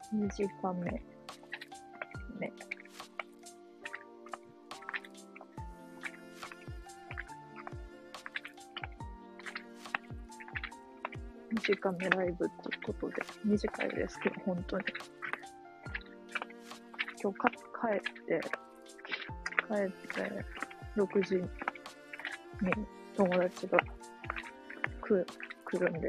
2時間目。ね。2時間目ライブっていうことで、短いですけど、本当に。今日帰って6時に友達が来るんです。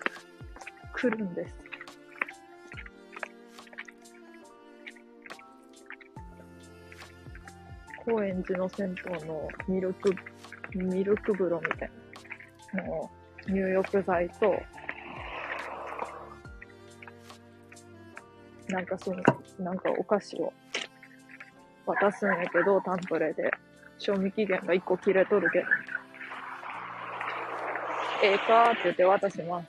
高円寺の銭湯のミルク風呂みたいなのを入浴剤となんかお菓子を渡すんやけど、タンプレで賞味期限が1個切れとるけど、ええかって言って渡します。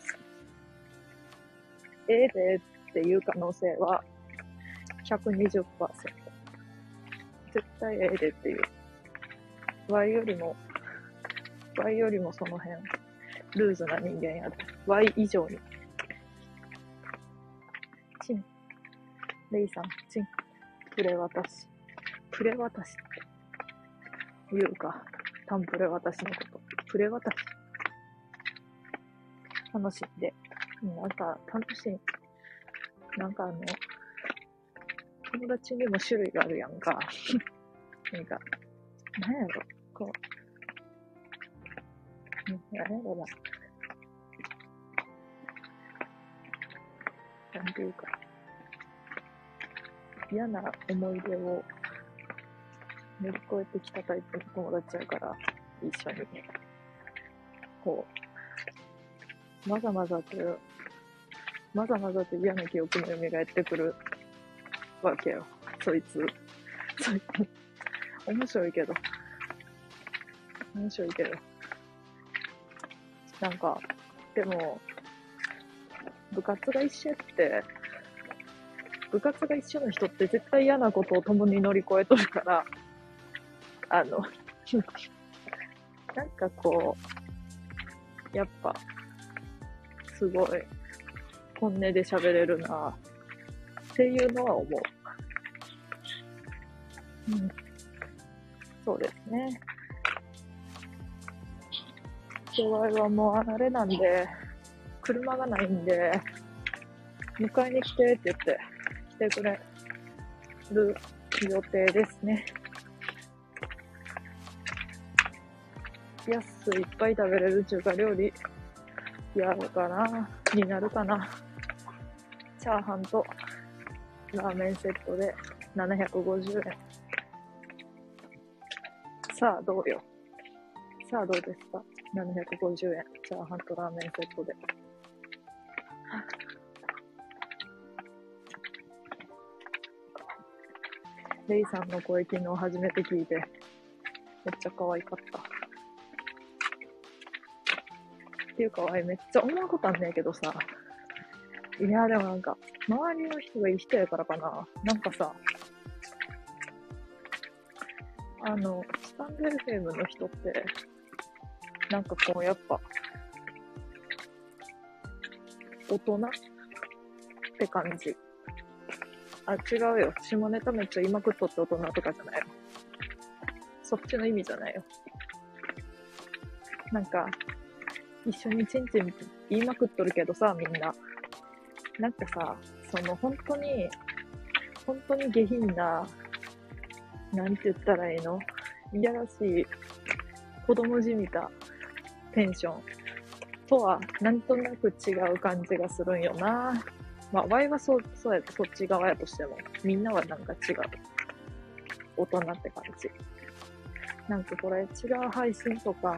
ええでっていう可能性は 120%。絶対ええでっていう。Y よりもその辺ルーズな人間やで。Y 以上に。チン。レイさん、チン。プレ渡しって言うか。タンプレ渡しのこと。プレ渡し。楽しんで。楽しい。友達にも種類があるやんか。なんやろ、こう。なんやろな。なんていうか。嫌な思い出を乗り越えてきたタイプの友達やから、一緒に。こう、まざまざと嫌な記憶も蘇ってくるわけよ。そいつ。面白いけど。でも、部活が一緒の人って絶対嫌なことを共に乗り越えとるから、やっぱ、すごい、本音で喋れるなっていうのは思う。そうですね。今日はもうあれなんで、車がないんで、迎えに来てって言って、来てくれる予定ですね。安いいっぱい食べれる中華料理になるかな。チャーハンとラーメンセットで750円。さあどうですか。750円。チャーハンとラーメンセットで。レイさんの声昨日初めて聞いて、めっちゃ可愛かった。っていうか、めっちゃ思うことあんねんけどさ。いや、でも周りの人がいい人やからかな。スタンド FM の人って、やっぱ、大人って感じ。違うよ。下ネタめっちゃ言いまくっとって大人とかじゃないよ。そっちの意味じゃないよ。一緒にチンチン言いまくっとるけどさ、みんな。本当に下品な、なんて言ったらいいの？いやらしい、子供じみたテンションとは、なんとなく違う感じがするんよな。ワイはそうやってそっち側やとしても、みんなは違う。大人って感じ。これ違う配信とか、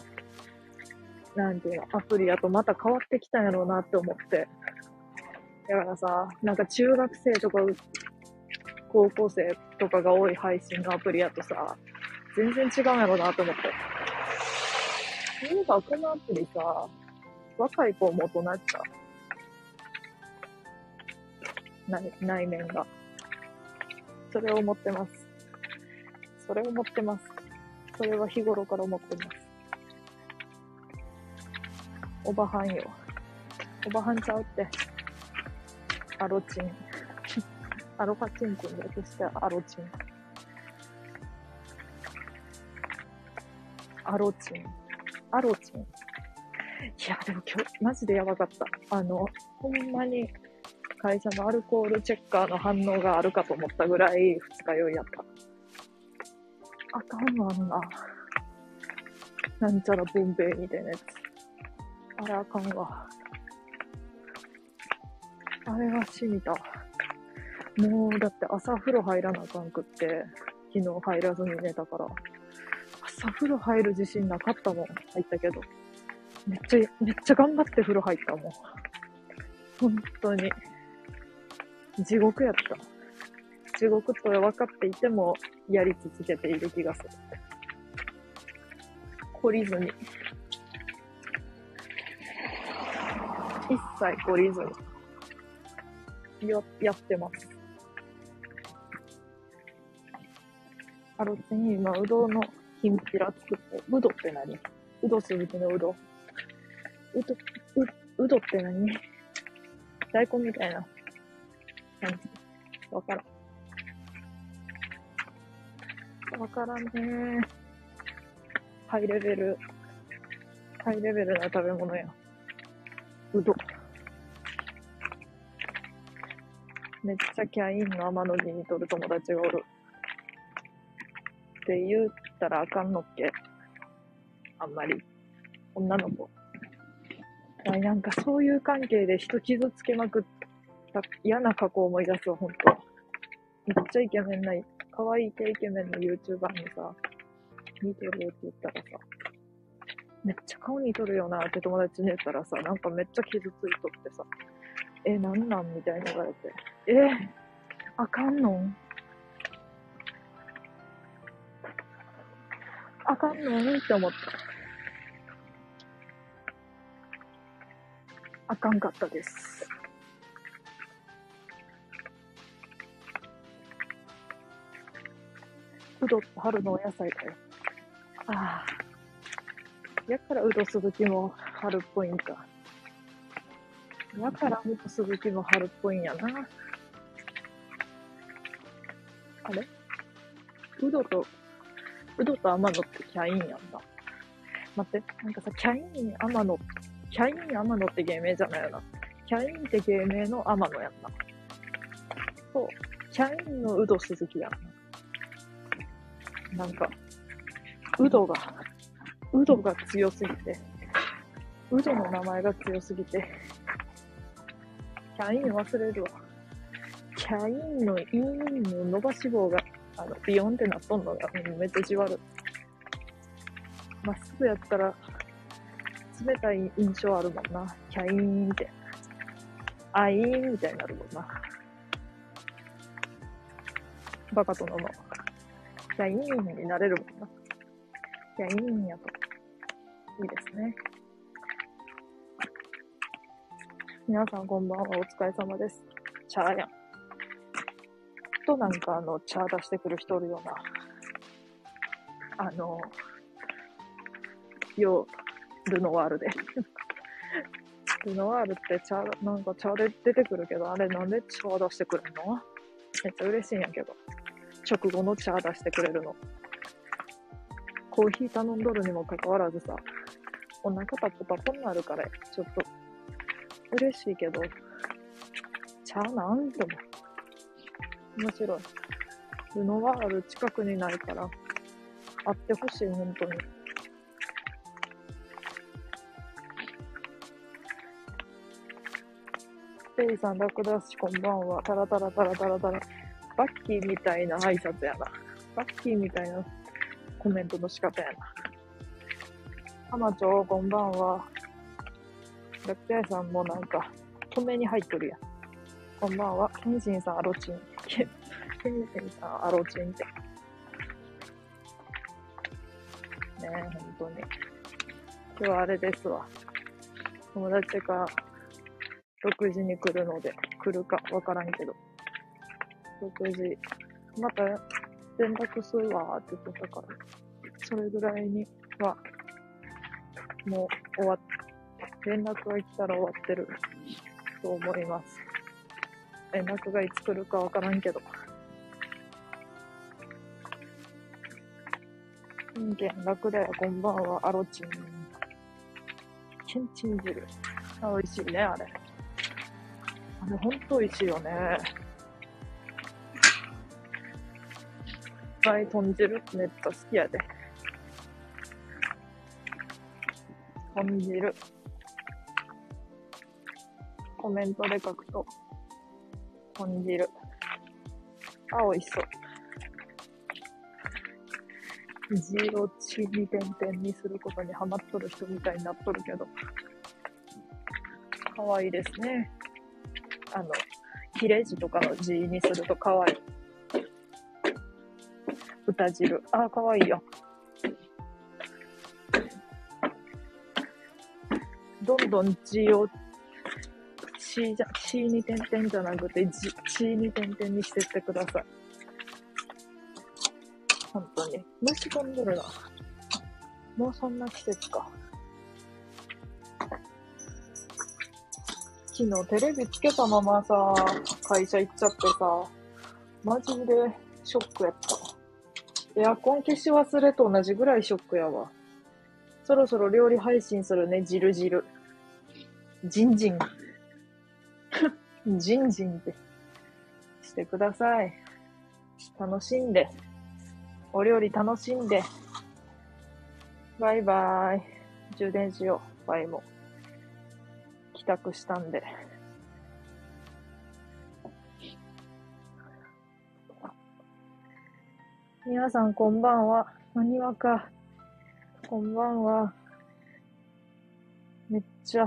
アプリやとまた変わってきたんやろうなって思って。だからさ、中学生とか高校生とかが多い配信のアプリやとさ、全然違うんやろうなと思って。このアプリさ、若い子も大人っちゃ内面が。それを思ってます。それは日頃から思ってます。おばはんよ。おばはんちゃうって。 アロチン。アロハチンチン略してアロチン。アロチン。アロチン。いや、でも今日、マジでやばかった。ほんまに会社のアルコールチェッカーの反応があるかと思ったぐらい二日酔いやった。あかんわ、なんちゃらボンベイみたいなやつ。あれあかんわ。あれはしみた。もう、だって朝風呂入らなあかんくって、昨日入らずに寝たから。朝風呂入る自信なかったもん。入ったけど。めっちゃ頑張って風呂入ったもん。本当に。地獄やった。地獄と分かっていても、やり続けている気がする。懲りずに。一切懲りずに。やってます。アロチン、今、うどんのきんぴら作って、うどって何？うどすずきのうど。うどって何？大根みたいな感じ。わからんねー。ハイレベルな食べ物や。うど。めっちゃキャインの天の字にとる友達がおる。って言ったらあかんのっけ？あんまり。女の子。なんかそういう関係で人傷つけまくった嫌な過去を思い出すわ、ほんと。めっちゃイケメンな、可愛いイケメンの YouTuber にさ、似てるって言ったらさ、めっちゃ顔似とるよなって友達に言ったらさ、なんかめっちゃ傷ついとってさ、なんなんみたいに言われて、あかんのんあかんのんって思った。あかんかったです。うどって春のお野菜だよ。ああ。やからうどすぐきも春っぽいんか。やからうどすぐきも春っぽいんやな。あれうどと天野ってキャインやんな。待って、なんかさ、キャイン天野って芸名じゃないよな。キャインって芸名の天野やんな。そう。キャインのうど鈴木やんな。なんか、うどが強すぎて、うどの名前が強すぎて、キャイン忘れるわ。キャインのインの伸ばし棒が、ビヨンってなっとんのが、めっちゃじわる。まっすぐやったら、冷たい印象あるもんな。キャインって。アイーンみたいになるもんな。バカ殿の。キャイーンになれるもんな。キャイーンやと。いいですね。皆さんこんばんは。お疲れ様です。チャーやん。となんかチャー出してくる人おるような。ルノワールで。ルノワールってなんかチャーで出てくるけど、あれなんでチャー出してくれるの？めっちゃ嬉しいんやけど。直後のチャー出してくれるの。コーヒー頼んどるにもかかわらずさ、お腹パコパコになるから、ちょっと嬉しいけど、チャーなんても。面白い。ルノワール近くにないから、会ってほしい、本当に。ペイさん、ラクダシこんばんは。タラタラタラタラタラ。バッキーみたいな挨拶やな。バッキーみたいなコメントの仕方やな。浜町、こんばんは。ラクダ屋さんもなんか、止めに入っとるやん。こんばんは。ケンシンさん、アロチン。ケンシンさん、アロチンって。ねえ、本当に。今日はあれですわ。友達が6時に来るので、来るかわからんけど。6時、また連絡するわって言ってたから、それぐらいには、もう連絡が来たら終わってると思います。 連絡がいつ来るかわからんけど。人間楽だよ、こんばんは、アロチン。けんちん汁。あ、美味しいね、あれ。あれ、ほんと美味しいよね。はい、豚汁めっちゃ好きやで。豚汁。コメントで書くと、豚汁。あ、美味しそう。字を血に点々にすることにハマっとる人みたいになっとるけど。かわいいですね。切れ字とかの字にするとかわいい。豚汁。あ、かわいいよ。どんどん字をC に点々じゃなくてC に点々にしてってください。本当に。虫飛んでるな。もうそんな季節か。昨日テレビつけたままさ、会社行っちゃってさ、マジでショックやった。エアコン消し忘れと同じぐらいショックやわ。そろそろ料理配信するね、ジルジル。ジンジン。ジンジンってしてください。楽しんで。お料理楽しんで。バイバイ。充電しよう。バイも。帰宅したんで。皆さんこんばんは。何わか。こんばんは。めっちゃ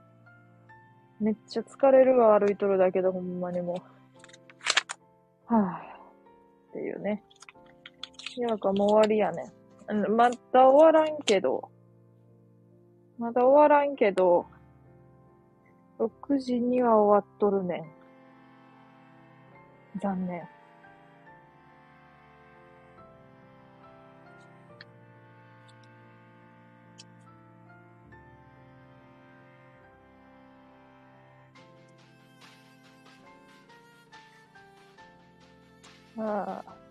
疲れるわ、歩いとるだけで、ほんまにもう。はぁ、っていうね。なんかもう終わりやね。まだ終わらんけど、6時には終わっとるねん。残念。ああ。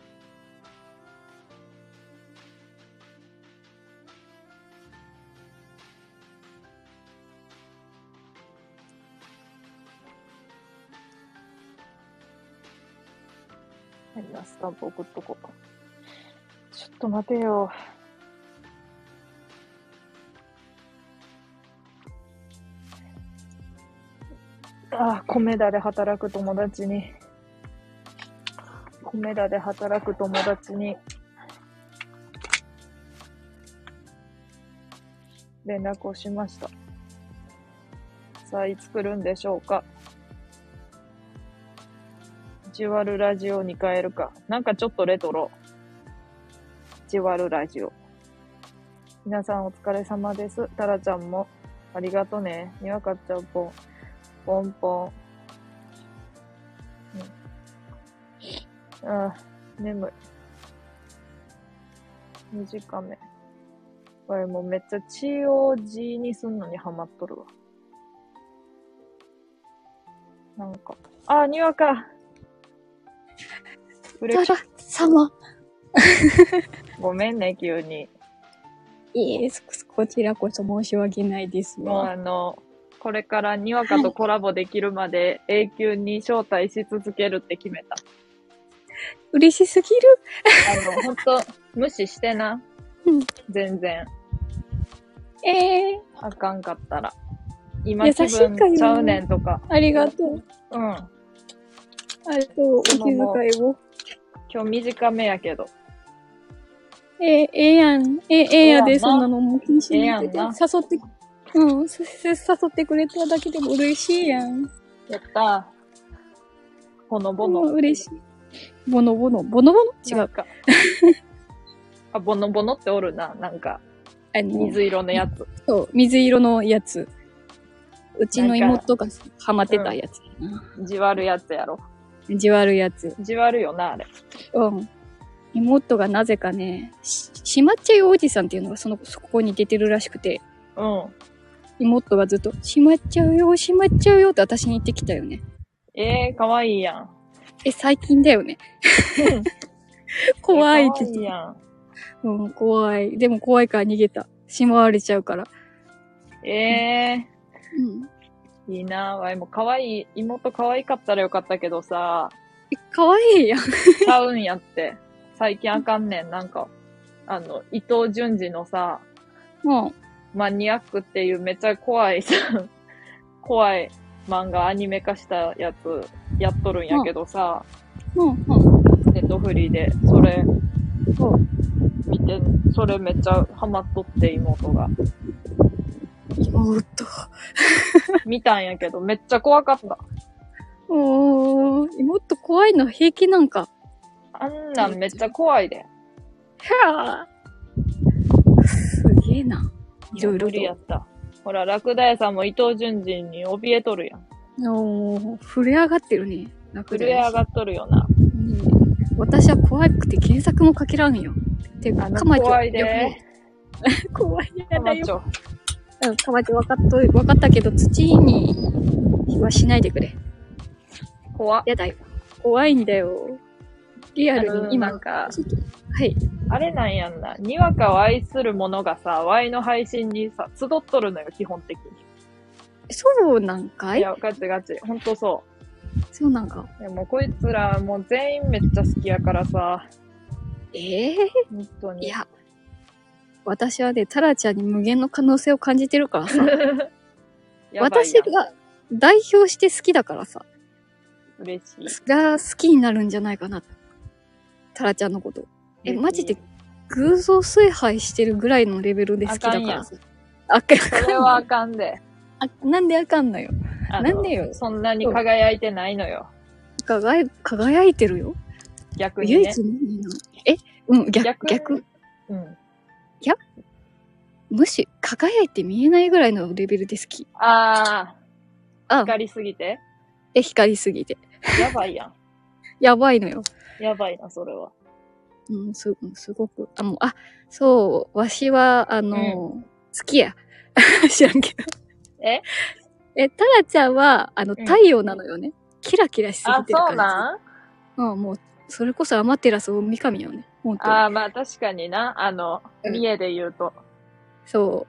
変なスタンプ送っとこう。ちょっと待てよ。ああ、米田で働く友達に連絡をしました。さあ、いつ来るんでしょうか。ジュワルラジオに変えるか。なんかちょっとレトロ。ジュワルラジオ。皆さんお疲れ様です。タラちゃんもありがとね。にわかっちゃうポンポン。ああ、眠い。短め。これもうめっちゃ血を字にすんのにハマっとるわ。なんか。あ、にわか。 タラ様。 ごめんね、急に。 いえ、こちらこそ申し訳ないですわ。 もうこれからにわかとコラボできるまで永久に招待し続けるって決めた。 嬉しすぎる。 ほんと、無視してな。 うん。 全然。あかんかったら。今気分ちゃうねんとか。 ありがとう。 うん。 ありがとう、お気遣いを。 今日短めやけど。 ええやん。ええやで、そんなのも気にしないで。誘ってくれただけでも嬉しいやん。 やったー。ぼのぼの。 嬉しい。ぼのぼの違うか。 あ、ぼのぼのっておるな。なんか、水色のやつ。 そう、水色のやつ。うちの妹がハマってたやつ。 じわるやつやろ。 じわるやつ。 じわるよな、あれ。 うん。妹がなぜかね、しまっちゃうよおじさんっていうのがそこに出てるらしくて。 うん。 妹がずっと、しまっちゃうよって私に言ってきたよね。 かわいいやん。 最近だよね。怖いってかわいいやん。 うん、怖い。でも怖いから逃げた。しまわれちゃうから。うん。 いいな。わいもかわいい。妹かわいかったらよかったけどさ、 かわいいやん。 ちゃうんやって。最近あかんねん。なんか、伊藤淳二のさ、 もマニアックっていうめっちゃ怖いさ、怖い漫画アニメ化したやつやっとるんやけどさ、ネットフリーで、それ、見て、それめっちゃハマっとって妹が。 妹。 見たんやけど、めっちゃ怖かった。 妹怖いの平気なんか。 あんなんめっちゃ怖いで。 はぁ。すげえな。いろいろ無理やった。ほら、ラクダ屋さんも伊藤淳二に怯えとるやん。 震え上がってるね。 震え上がっとるよな。 私は怖くて検索もかけらんよ。てか、カマチョ。 怖いで。 怖いやだよ。カマチョわかったけど、土にはしないでくれ。 怖っ。 やだよ。怖いんだよ。リアルに今。 なんか、 はい。 あれなんやんな。にわかを愛する者がさ、ワイの配信にさ、集っとるのよ、基本的に。 そうなんかい？ いや、ガチガチ。ほんとそう。 そうなんか。 でもこいつらもう全員めっちゃ好きやからさ。本当に。 いや、私はね、タラちゃんに無限の可能性を感じてるからさ。私が代表して好きだからさ。 嬉しい。 が好きになるんじゃないかな。タラちゃんのこと。マジで偶像崇拝してるぐらいのレベルで好きだからさ。 それはあかんで。 なんであかんのよ。なんでよ。 そんなに輝いてないのよ。 輝いてるよ。 逆にね。 唯一無二の。逆。 うん。 いや、むし輝いて見えないぐらいのレベルで好き。光りすぎて？ 光りすぎて。 やばいやん。 やばいのよ。 やばいな、それは。 すごく。そう、わしは、好きや。知らんけど。タラちゃんは、太陽なのよね。キラキラしすぎてるから。 そうなん？ もう、それこそアマテラス大神よね。本当に。 まあ確かにな。三重で言うと。 そう。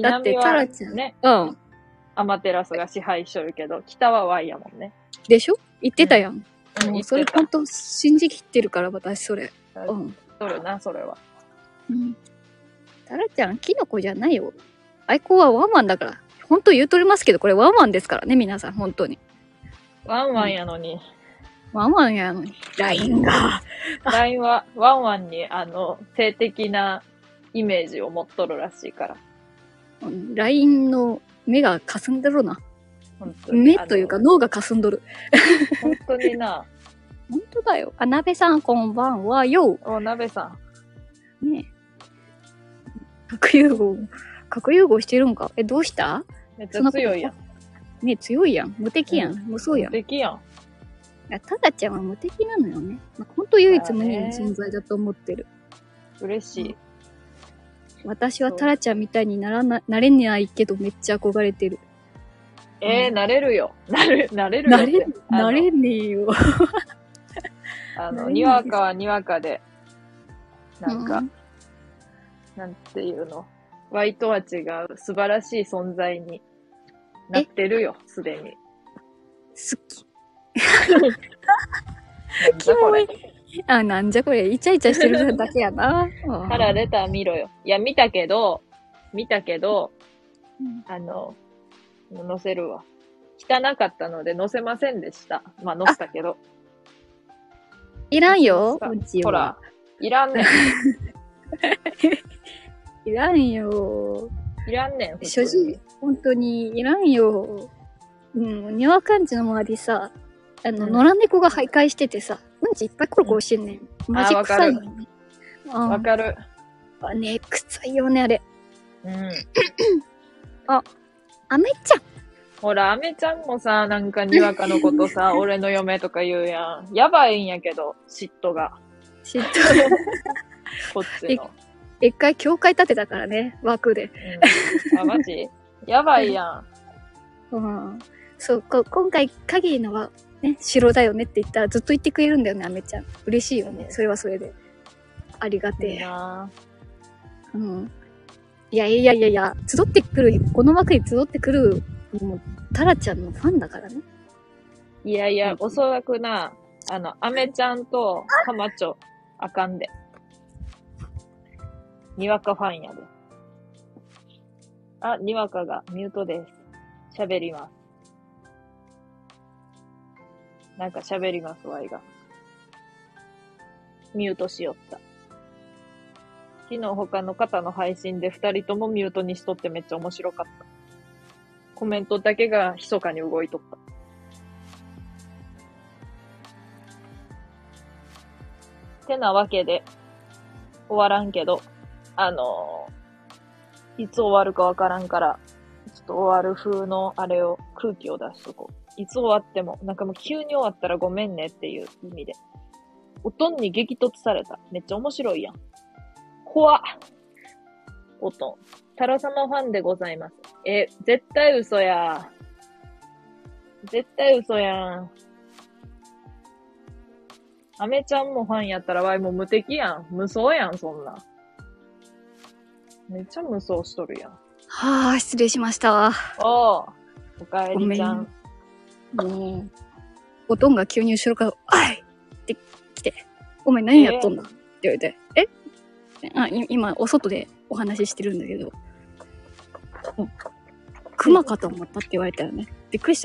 だってタラちゃん。 ね。アマテラスが支配しとるけど、北はワイやもんね。 でしょ？言ってたやん。もうそれ本当信じきってるから、私、それ。 とるな、それは。 タラちゃん、キノコじゃないよ。アイコはワンワンだから。本当言うとりますけど、これワンワンですからね、皆さん、本当に。 ワンワンやのに。 ワンワンやのに。LINE が。 LINE は、ワンワンに、性的なイメージを持っとるらしいから。 LINE の目が霞んでるな。目というか脳が霞んどる。 本当にな。 本当だよ。なべさんこんばんはよ。 なべさん。ねえ。核融合してるんか？どうした？ めっちゃ強いやん。 ね強いやん。無敵やん。無双やん。 無敵やん。 タラちゃんは無敵なのよね。ほんと唯一無二の存在だと思ってる。 嬉しい。 私はタラちゃんみたいになれないけどめっちゃ憧れてる。 なれるよ。なれるよ。 なれねえよ。 にわかはにわかで、なんか、なんていうの。ワイとは違う素晴らしい存在になってるよ、すでに。 好き。キモい。なんじゃこれ。イチャイチャしてるだけやな。 からレター見ろよ。いや、見たけど、載せるわ。汚かったので載せませんでした。まあ、載せたけど。 いらんよ、うちは。 ほら、いらんねん。 いらんよ。 いらんねん。 正直、本当にいらんよ。にわかんちの周りさ、野良猫が徘徊しててさ、うんちいっぱいコロコロしてんねん。マジ臭いのね。 わかる。 ね、臭いよね、あれ。 あ、 アメちゃん。 ほら、アメちゃんもさ、なんかにわかのことさ、俺の嫁とか言うやん。やばいんやけど、嫉妬が。 嫉妬こっちの。 一回教会立てたからね、枠で。 マジやばいやん。 そう、今回限りのはね、白だよねって言ったらずっと言ってくれるんだよね、アメちゃん。嬉しいよね。それはそれで。ありがてえ。 いいなうん。いやいやいやいや、集ってくる、この枠に集ってくる、もう、タラちゃんのファンだからね。 いやいや、おそらくな、アメちゃんとカマチョ、あかんで。にわかファンやで。あ、にわかがミュートです。喋ります。なんか喋ります、ワイが。ミュートしよった。昨日他の方の配信で2人ともミュートにしとってめっちゃ面白かった。コメントだけが密かに動いとった。てなわけで、終わらんけど、いつ終わるかわからんから、ちょっと終わる風のあれを、空気を出しとこう。いつ終わっても、なんかもう急に終わったらごめんねっていう意味で。おとんに激突された。めっちゃ面白いやん。怖っ。おとん。タラ様ファンでございます。絶対嘘や。絶対嘘やん。アメちゃんもファンやったらわいも無敵やん。無双やん、そんな。めっちゃ無双しとるやん。 はぁ、失礼しました。 おかえりちゃん。 もう、おとんが急に後ろから、あいって来て、お前何やっとんだって言われて、今、お外でお話ししてるんだけど、熊かと思ったって言われたよね。びっくりした。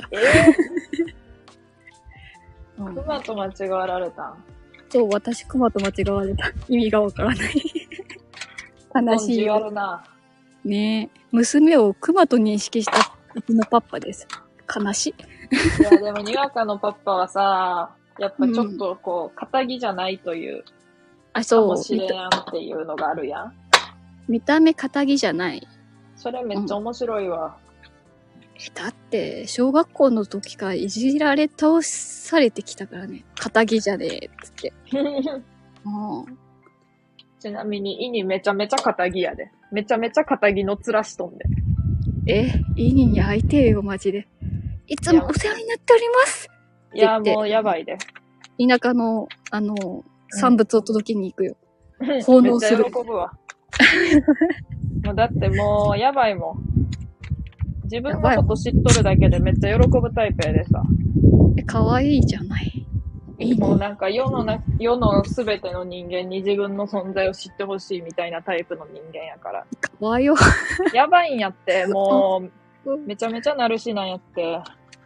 熊と間違われたん？ そう、私熊と間違われた。意味がわからない。悲しいよ。ねえ。娘を熊と認識したうちのパパです。悲しい。 いや、でもにわかのパパはさ、やっぱちょっとこう、堅気じゃないという、かもしれんっていうのがあるやん。 見た目堅気じゃない。 それめっちゃ面白いわ。 だって、小学校の時からいじられ倒されてきたからね。堅気じゃねえ、つって。 ちなみに、イニめちゃめちゃ堅気やで。めちゃめちゃ堅気の面しとんで。 イニに会いてえよ、マジで。いつもお世話になっております。 いや、もうやばいで。 田舎の、産物を届けに行くよ。奉納する。 めっちゃ喜ぶわ。もうだってもう、やばいもん。自分のこと知っとるだけでめっちゃ喜ぶタイプやでさ。 かわいいじゃない。 もうなんか世のすべての人間に自分の存在を知ってほしいみたいなタイプの人間やから。 かわいよ。 やばいんやって、もう、めちゃめちゃなるしなんやって。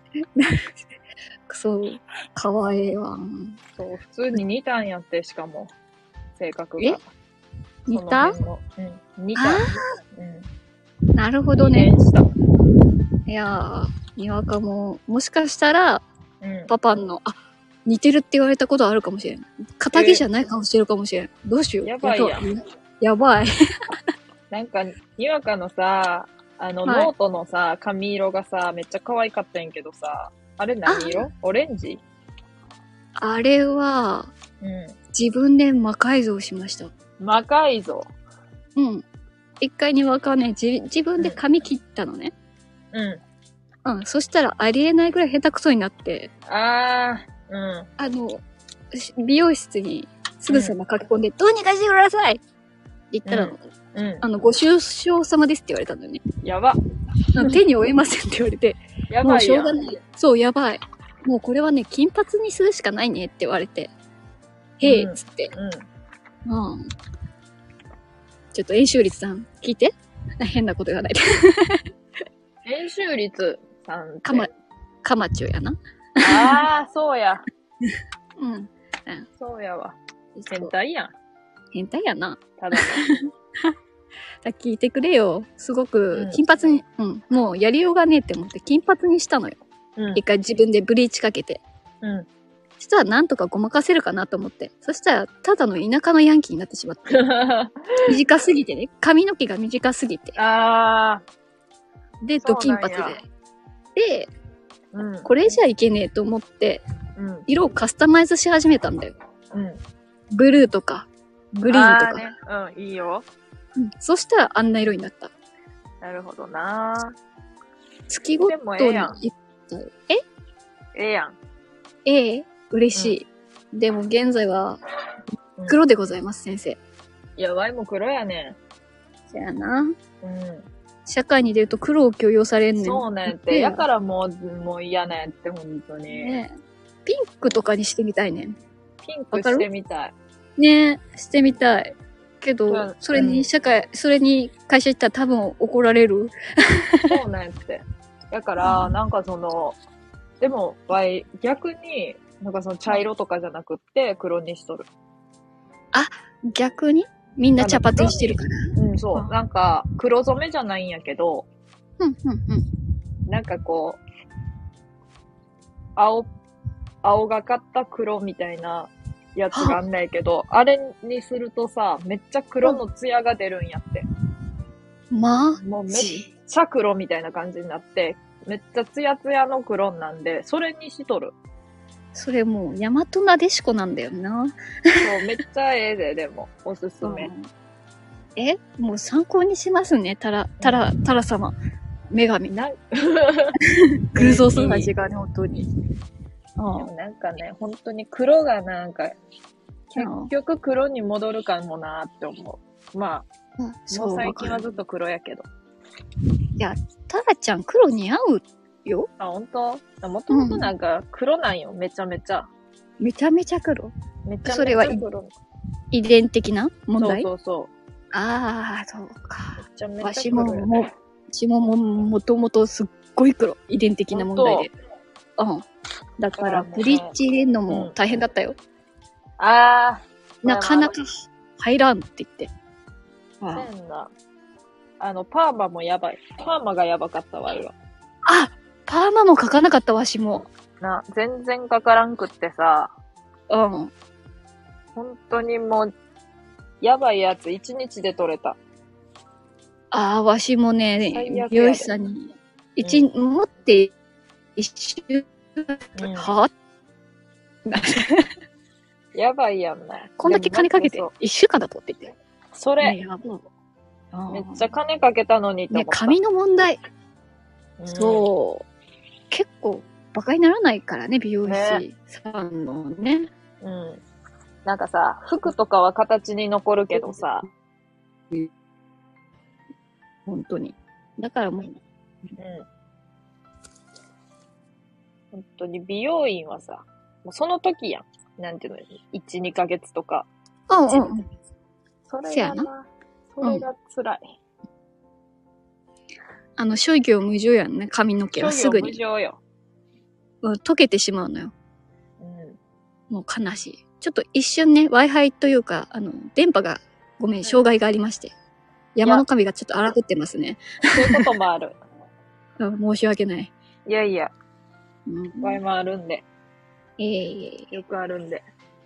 そう、かわいいわ。 そう、普通に似たんやって、しかも、性格が。 似た？ 似た。 なるほどね。いやー、にわかも、もしかしたら、パパの、似てるって言われたことあるかもしれん。堅気じゃない顔してるかもしれん。どうしよう。 やばいやん。 やばい。 なんか、にわかのさ、ノートのさ、髪色がさ、めっちゃ可愛かったんやけどさ、あれ何色？オレンジ？ あれは、自分で魔改造しました。 魔改造？ 一回にわかんない。自分で髪切ったのね。そしたらありえないぐらい下手くそになって。美容室にすぐさま書き込んで、どうにかしてくださいって言ったら、ご愁傷様ですって言われたんだよね。 やば。 手に負えませんって言われて。 やばいやん。 もうしょうがない。そう、やばい。もうこれはね、金髪にするしかないねって言われて。へえ、つって。ちょっと演習率さん、聞いて。変なこと言わないで。 演習率さんって。 かまちょやな。 そうや。そうやわ。変態やん。 変態やな。 ただの。聞いてくれよ。すごく、金髪に、もうやりようがねえって思って金髪にしたのよ。一回自分でブリーチかけて。そしたらなんとかごまかせるかなと思って。そしたら、ただの田舎のヤンキーになってしまって。短すぎてね。髪の毛が短すぎて。で、ド金髪で。で、これじゃいけねえと思って、色をカスタマイズし始めたんだよ。ブルーとか、グリーンとか。 いいよ。 そしたらあんな色になった。 なるほどな。 月ごとに。 ええやん。 嬉しい。でも現在は黒でございます、先生。 いや、ワイも黒やねん。そやな。 ん。 社会に出ると黒を許容されんねん。 そうねんって。やからもう嫌ねんって、ほんとに。 ねピンクとかにしてみたいねん。 ピンクしてみたい。 ねしてみたい。けど、それに会社行ったら多分怒られる。 そうねんって。だから、なんかでも、逆に、なんか茶色とかじゃなくって黒にしとる。 あ、逆にみんな茶髪にしてるから。 うん、そう。なんか、黒染めじゃないんやけど、なんか青がかった黒みたいなやつがあんないけど、あれにするとさ、めっちゃ黒のツヤが出るんやって。もうめっちゃ黒みたいな感じになって、めっちゃツヤツヤの黒なんで、それにしとる。 それもう、大和なでしこなんだよな。 そう、めっちゃええで、でも、おすすめ。 もう参考にしますね、タラ様。女神。偶像する味がね、本当に。 なんかね、本当に黒がなんか、結局黒に戻るかもなーって思う。まあ、もう最近はずっと黒やけど。 いや、タラちゃん黒似合うよ。 あ、本当？もともとなんか黒なんよ、めちゃめちゃ。 めちゃめちゃ黒。 めちゃめちゃ黒。 それは遺伝的な問題？ そう。 ああ、そうか。 めちゃめちゃ黒やね。 わしももともとすっごい黒。遺伝的な問題で。だから、ブリッジ入れんのも大変だったよ。なかなか入らんって言って。 変な。パーマもやばい。パーマがやばかったわ、よ。 パーマもかかなかったわしも。 全然かからんくってさ。 本当にもう、やばいやつ1日で取れた。 わしもね、美容師さんに、持って一週はやばいやんね。 こんだけ金かけて、1週間だとって言って。 それ、めっちゃ金かけたのにって思った。 髪の問題。そう。結構、馬鹿にならないからね、美容師さんのね。 なんかさ、服とかは形に残るけどさ。 本当に。だからもう。 本当に美容院はさ、もうその時やん。なんていうの、1、2ヶ月とか。それが辛い。 諸行無常やんね、髪の毛はすぐに。 諸行無常よ。 溶けてしまうのよ。もう悲しい。ちょっと一瞬ね、Wi-Fi というか、電波が、障害がありまして。山の神がちょっと荒ぶってますね。 そういうこともある。 申し訳ない。 いやいや。場合もあるんで。よくあるんで。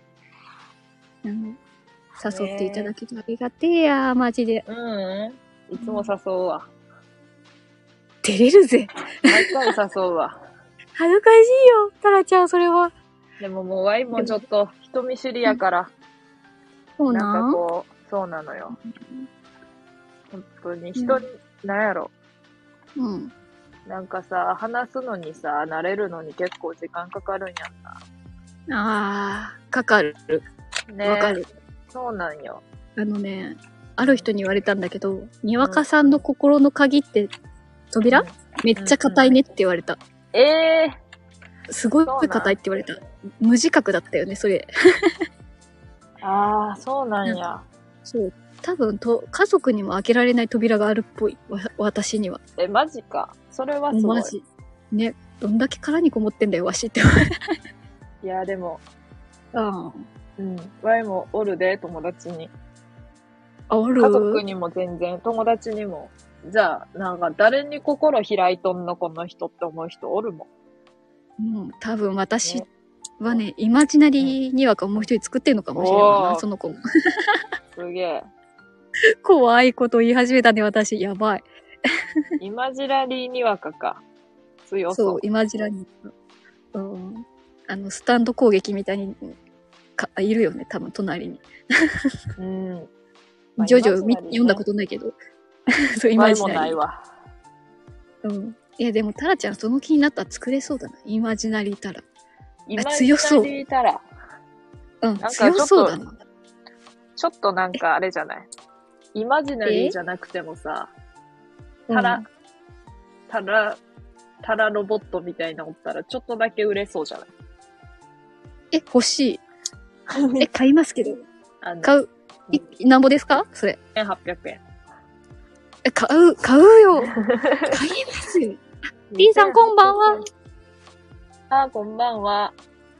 誘っていただけてありがてえや、マジで。 いつも誘うわ。 照れるぜ。 毎回誘うわ。 恥ずかしいよ、タラちゃん、それは。 でももうワイもちょっと人見知りやから。 そうなんかそうなのよ。本当になんやろ。なんかさ、話すのにさ、慣れるのに結構時間かかるんやんな。 かかる。 ね。 わかる。 そうなんよ。 ある人に言われたんだけど、にわかさんの心の鍵って扉、めっちゃ硬いねって言われた。すごい硬いって言われた。無自覚だったよね、それ。 そうなんや。 そう。多分家族にも開けられない扉があるっぽい。私には。 マジか。それはすごい。 マジ。ね。どんだけ殻にこもってんだよ、わしって。 いや、でも。ワイもおるで、友達に。 おる？ 家族にも全然、友達にも。じゃあ、なんか誰に心開いとんの、この人って思う人おるもん。 多分私はね、イマジナリーにわかもう一人作ってんのかもしれないな、その子も。 すげえ。 怖いこと言い始めたね、私。やばい。 イマジナリーにわかか。強そう。 そう、イマジナリー。スタンド攻撃みたいに、いるよね、多分、隣に。ジョジョ読んだことないけど。そう、イマジナリー。もないわ。いや、でも、タラちゃん、その気になったら作れそうだな。イマジナリータラ。 イマジナリータラ。 うん、強そうだな。 ちょっとなんかあれじゃない。イマジナリーじゃなくてもさ、タラロボットみたいなのおったらちょっとだけ売れそうじゃない？ 欲しい。買いますけど。買う。なんぼですかそれ。 1800円。 買うよ。買いますよ。リーさんこんばんは。 こんばんは。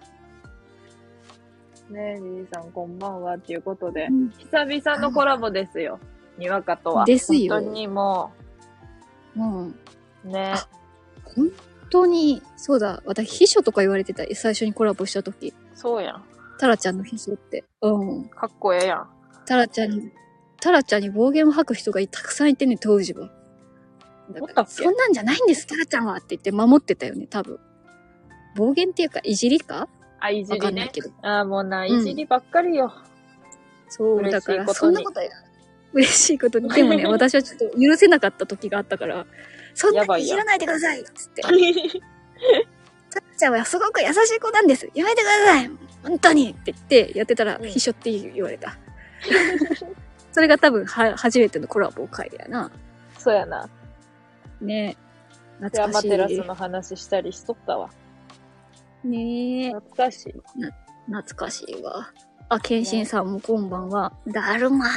ねえ、リーさんこんばんは。ということで、久々のコラボですよ。にわかとは。 ですよ。 本当にもう。 ね。 本当に、そうだ。私、秘書とか言われてた。最初にコラボした時。 そうやん。 タラちゃんの秘書って。 かっこええやん。 タラちゃんに暴言を吐く人がたくさんいてね、当時は。だからそんなんじゃないんです、タラちゃんはって言って守ってたよね、多分。暴言っていうか、いじりか？ いじりね。わかんないけど。もうな、いじりばっかりよ。 そう、だから、そんなことや。嬉しいことに。でもね、私はちょっと許せなかった時があったから、そんなにいじらないでくださいっつって。タラちゃんはすごく優しい子なんです。やめてください本当にって言ってやってたら、秘書って言われた。それが多分初めてのコラボ会やな。 そうやな。 ねえ。懐かしい。 アマテラスの話したりしとったわ。 ねえ。 懐かしい。 懐かしいわ。ケンシンさんもこんばんは。だるま。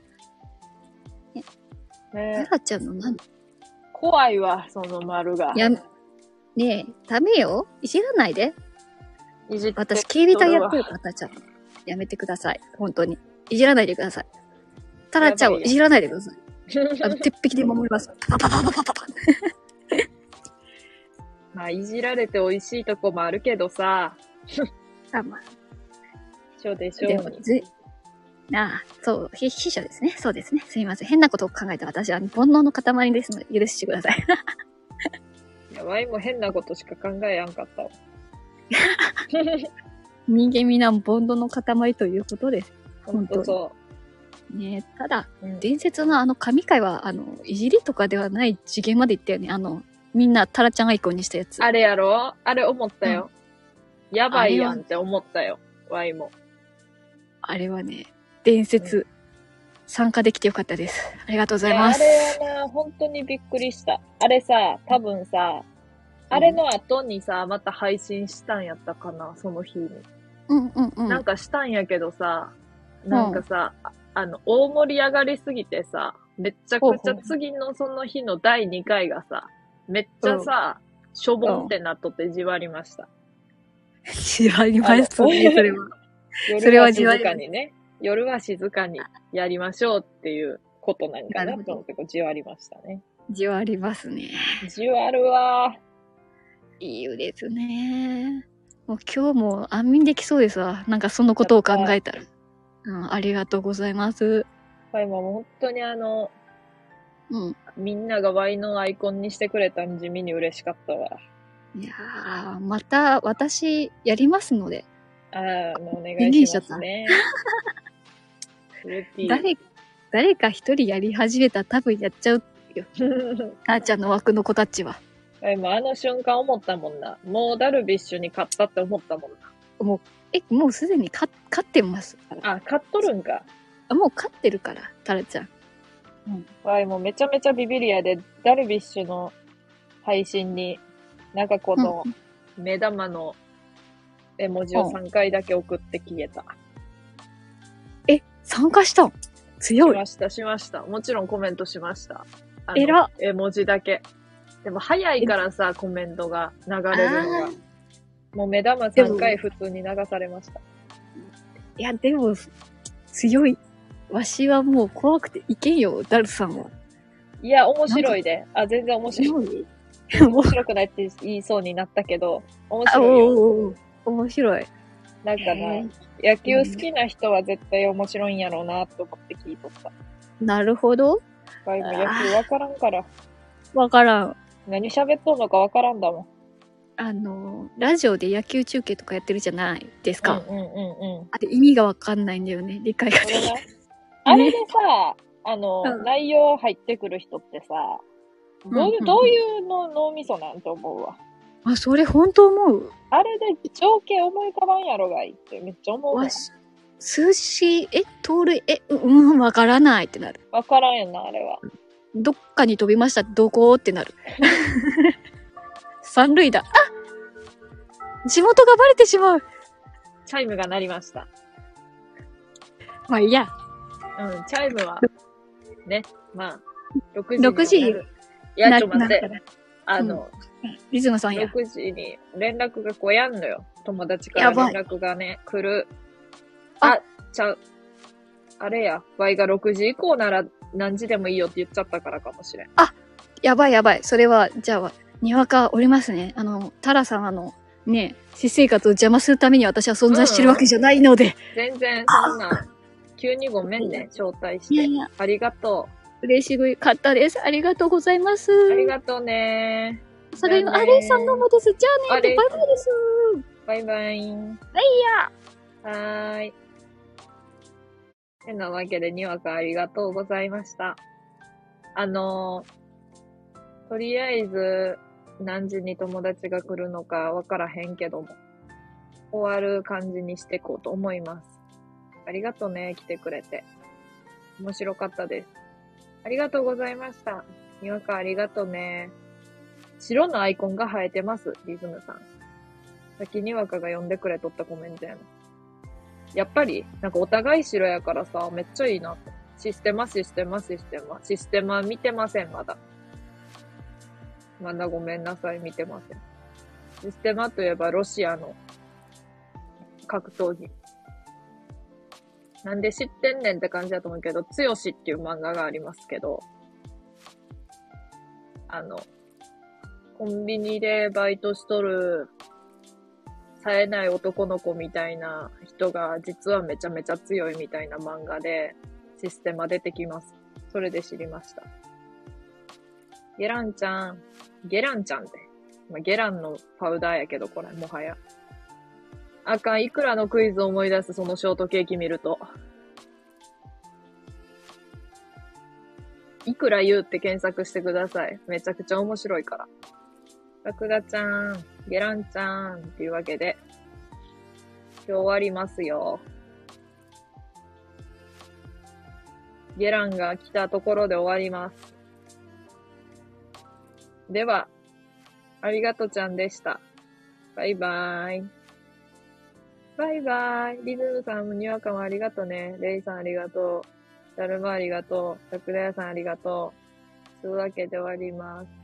タラちゃんの何？ 怖いわ、その丸が。 ねえ、ダメよ。いじらないで。私、警備隊やってるから、タラちゃん。やめてください。本当に。いじらないでください。タラちゃんをいじらないでください。鉄壁で守ります。パパパパパパパ。 まあ、いじられて美味しいとこもあるけどさ。 まあ。 秘書でしょうに。 そう、秘書ですね。そうですね。すみません。変なことを考えた私は煩悩の塊ですので、許してください。 ワイも変なことしか考えやんかったわ。 人間みんな煩悩の塊ということです。 本当そう。 ねただ、伝説の神回は、いじりとかではない次元まで行ったよね。みんなタラちゃんアイコンにしたやつ。 あれやろ？あれ思ったよ。やばいやんって思ったよ。ワイも。 あれはね、伝説、参加できてよかったです。ありがとうございます。 あれはな、本当にびっくりした。あれさ、多分さ、あれの後にさ、また配信したんやったかな、その日に。なんかしたんやけどさ、なんかさ、大盛り上がりすぎてさ、めっちゃくちゃ次のその日の第2回がさ、めっちゃさ、しょぼんってなっとってじわりました。 じわりましたね、それは。 夜は静かにね、夜は静かにやりましょうっていうことなんかなと思って、じわりましたね。 じわりますね。 じわるわー。いいですね。もう今日も安眠できそうですわ。なんかそのことを考えたら。ありがとうございます。 はい、もう本当にみんながワイのアイコンにしてくれたん地味に嬉しかったわ。 いやー、また私やりますので。 お願いしますね。 誰か一人やり始めたら多分やっちゃうよ。たーちゃんの枠の子たちは。 もう瞬間思ったもんな。もうダルビッシュに勝ったって思ったもんな。 もうすでに勝ってますから。 勝っとるんか。 もう勝ってるから、タラちゃん。 もうめちゃめちゃビビリアで、ダルビッシュの配信に、なんかこの、目玉の絵文字を3回だけ送って消えた。 参加したん？強い。 しました。もちろんコメントしました。絵文字だけ。でも早いからさ、コメントが流れるのが。もう目玉3回普通に流されました。 いや、でも、強い。わしはもう怖くていけんよ、ダルさんは。 いや、面白いで。全然面白い。面白くないって言いそうになったけど、面白いよ。 面白い。 なんかな、野球好きな人は絶対面白いんやろうなと思って聞いとった。 なるほど。 今野球わからんから。 わからん。 何喋っとんのかわからんだもん。 ラジオで野球中継とかやってるじゃないですか。 あれ意味がわかんないんだよね。理解ができない。 あれでさ、内容入ってくる人ってさ、どういうの脳みそなんて思うわ。 あ、それ本当思う。 あれで情景思い浮かばんやろがいってめっちゃ思うわ。 寿司、盗塁、わからないってなる。 わからんよな、あれは。 どっかに飛びました。どこってなる。三塁打。あ、地元がバレてしまう。 チャイムが鳴りました。 まあいいや。 うん、チャイムは、ね、まあ、 6時。 いや、ちょっと待って。 リズムさんや。 6時に連絡がこうやんのよ。友達から連絡がね、来る。ちゃう。あれや、Y が6時以降なら何時でもいいよって言っちゃったからかもしれん。 あ、やばいやばい。それは、じゃあ、にわかおりますね。タラさんね、私生活を邪魔するために私は存在してるわけじゃないので。 全然、そんな、急にごめんね、招待して。いやありがとう。嬉しかったです。ありがとうございます。 ありがとうね。 それの、レイさんどうもです。じゃあね、バイバイです。 バイバイ。 はいや。はーい。てなわけで、にわかありがとうございました。とりあえず、何時に友達が来るのかわからへんけども、終わる感じにしていこうと思います。ありがとうね、来てくれて。面白かったです。ありがとうございました。にわかありがとうね。白のアイコンが生えてます、リズムさん。さっきにわかが呼んでくれとったコメントやな。やっぱり、なんかお互い白やからさ、めっちゃいいな。システマ見てません、まだ。まだごめんなさい、見てません。システマといえばロシアの格闘技。なんで知ってんねんって感じだと思うけど、つよしっていう漫画がありますけど、コンビニでバイトしとる、冴えない男の子みたいな人が実はめちゃめちゃ強いみたいな漫画で、システマ出てきます。それで知りました。ゲランちゃんって。まあ、ゲランのパウダーやけど、これ、もはや。あかん、いくらのクイズを思い出す、そのショートケーキ見ると。いくら言うって検索してください。めちゃくちゃ面白いから。ラクダちゃん、ゲランちゃんっていうわけで、今日終わりますよ。ゲランが来たところで終わります。では、ありがとちゃんでした。バイバーイ。バイバイ。リズムさんもにわかもありがとね。レイさんありがとう。ダルマありがとう。ラクダ屋さんありがとう。というわけで終わります。